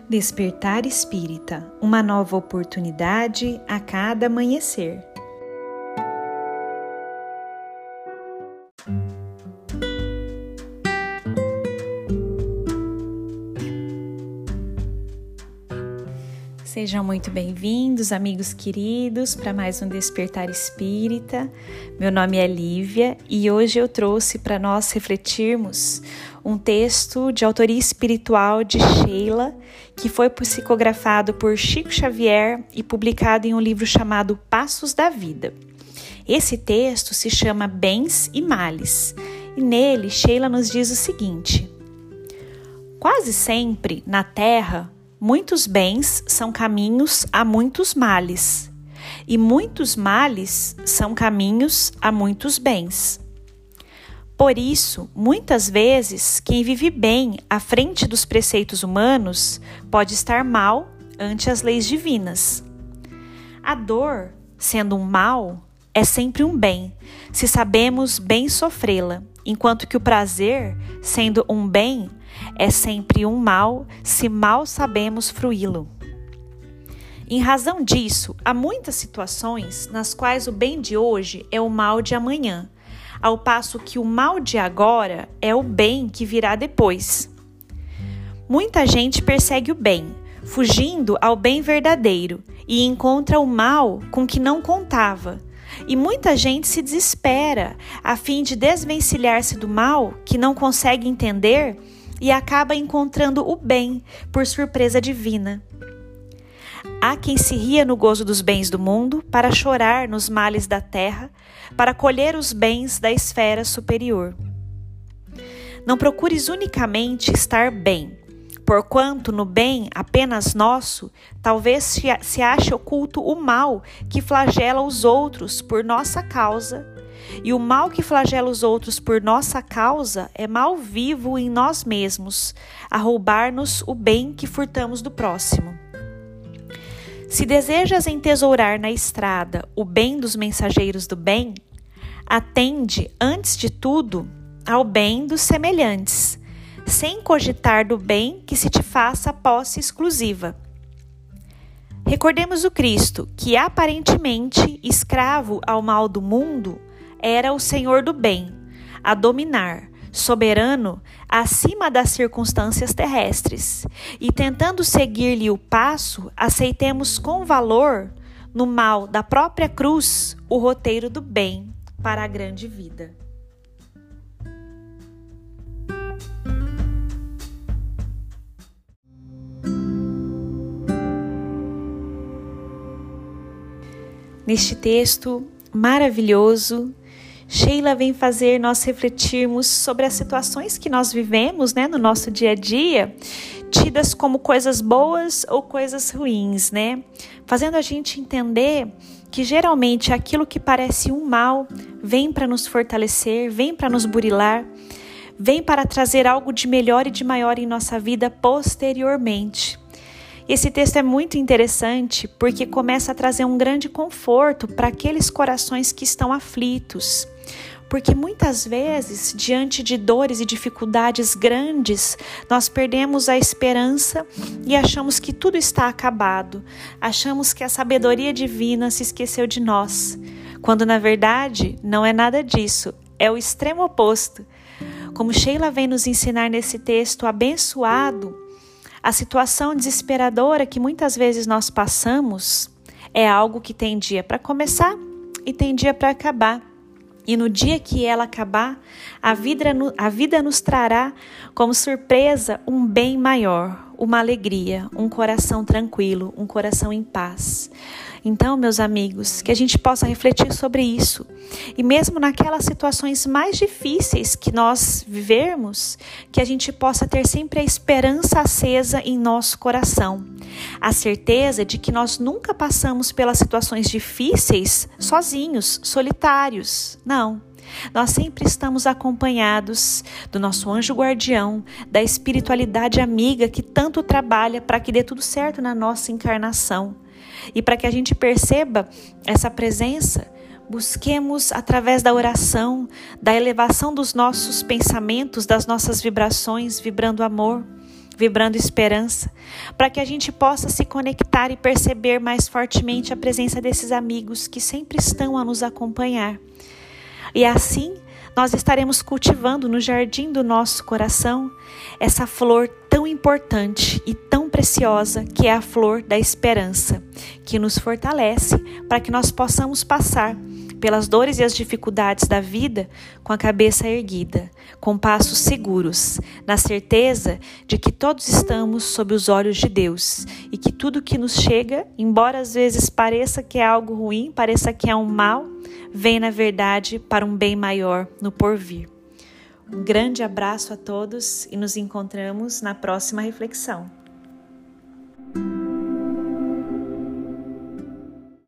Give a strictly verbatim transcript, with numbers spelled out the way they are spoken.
Despertar Espírita, uma nova oportunidade a cada amanhecer. Sejam muito bem-vindos, amigos queridos, para mais um Despertar Espírita. Meu nome é Lívia e hoje eu trouxe para nós refletirmos um texto de autoria espiritual de Sheila, que foi psicografado por Chico Xavier e publicado em um livro chamado Passos da Vida. Esse texto se chama Bens e Males, e nele Sheila nos diz o seguinte: quase sempre na Terra, muitos bens são caminhos a muitos males, e muitos males são caminhos a muitos bens. Por isso, muitas vezes, quem vive bem à frente dos preceitos humanos pode estar mal ante as leis divinas. A dor, sendo um mal, é sempre um bem, se sabemos bem sofrê-la, enquanto que o prazer, sendo um bem, é sempre um mal, se mal sabemos fruí-lo. Em razão disso, há muitas situações nas quais o bem de hoje é o mal de amanhã, ao passo que o mal de agora é o bem que virá depois. Muita gente persegue o bem, fugindo ao bem verdadeiro, e encontra o mal com que não contava. E muita gente se desespera, a fim de desvencilhar-se do mal que não consegue entender e acaba encontrando o bem por surpresa divina. Há quem se ria no gozo dos bens do mundo para chorar nos males da terra, para colher os bens da esfera superior. Não procures unicamente estar bem, porquanto no bem apenas nosso, talvez se ache oculto o mal que flagela os outros por nossa causa, e o mal que flagela os outros por nossa causa é mal vivo em nós mesmos, a roubar-nos o bem que furtamos do próximo. Se desejas entesourar na estrada o bem dos mensageiros do bem, atende, antes de tudo, ao bem dos semelhantes, sem cogitar do bem que se te faça posse exclusiva. Recordemos o Cristo, que aparentemente, escravo ao mal do mundo, era o Senhor do bem, a dominar, soberano acima das circunstâncias terrestres, e tentando seguir-lhe o passo, aceitemos com valor, no mal da própria cruz, o roteiro do bem para a grande vida. Neste texto maravilhoso, Sheila vem fazer nós refletirmos sobre as situações que nós vivemos, né, no nosso dia a dia, tidas como coisas boas ou coisas ruins, né? Fazendo a gente entender que geralmente aquilo que parece um mal vem para nos fortalecer, vem para nos burilar, vem para trazer algo de melhor e de maior em nossa vida posteriormente. Esse texto é muito interessante porque começa a trazer um grande conforto para aqueles corações que estão aflitos. Porque muitas vezes, diante de dores e dificuldades grandes, nós perdemos a esperança e achamos que tudo está acabado. Achamos que a sabedoria divina se esqueceu de nós, quando na verdade não é nada disso, é o extremo oposto. Como Sheila vem nos ensinar nesse texto abençoado, a situação desesperadora que muitas vezes nós passamos é algo que tem dia para começar e tem dia para acabar. E no dia que ela acabar, a vida, a vida nos trará como surpresa um bem maior, uma alegria, um coração tranquilo, um coração em paz. Então, meus amigos, que a gente possa refletir sobre isso. E mesmo naquelas situações mais difíceis que nós vivermos, que a gente possa ter sempre a esperança acesa em nosso coração. A certeza de que nós nunca passamos pelas situações difíceis sozinhos, solitários. Não. Nós sempre estamos acompanhados do nosso anjo guardião, da espiritualidade amiga que tanto trabalha para que dê tudo certo na nossa encarnação. E para que a gente perceba essa presença, busquemos através da oração, da elevação dos nossos pensamentos, das nossas vibrações, vibrando amor, vibrando esperança, para que a gente possa se conectar e perceber mais fortemente a presença desses amigos que sempre estão a nos acompanhar. E assim, nós estaremos cultivando no jardim do nosso coração essa flor tão importante e tão preciosa que é a flor da esperança, que nos fortalece para que nós possamos passar pelas dores e as dificuldades da vida com a cabeça erguida, com passos seguros, na certeza de que todos estamos sob os olhos de Deus e que tudo que nos chega, embora às vezes pareça que é algo ruim, pareça que é um mal, vem na verdade para um bem maior no porvir. Um grande abraço a todos e nos encontramos na próxima reflexão.